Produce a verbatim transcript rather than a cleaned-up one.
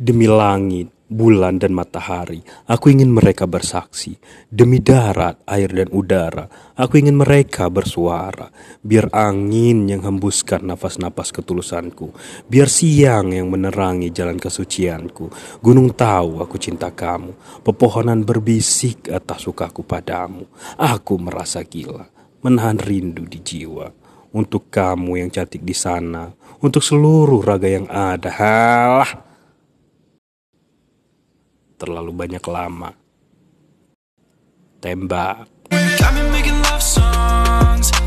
Demi langit, bulan dan matahari, aku ingin mereka bersaksi. Demi darat, air dan udara, aku ingin mereka bersuara. Biar angin yang hembuskan nafas-nafas ketulusanku, biar siang yang menerangi jalan kesucianku. Gunung tahu aku cinta kamu, pepohonan berbisik atas sukaku padamu. Aku merasa gila, menahan rindu di jiwa. Untuk kamu yang cantik di sana, untuk seluruh raga yang ada. Halah, terlalu banyak lama. Tembak. Got me making love songs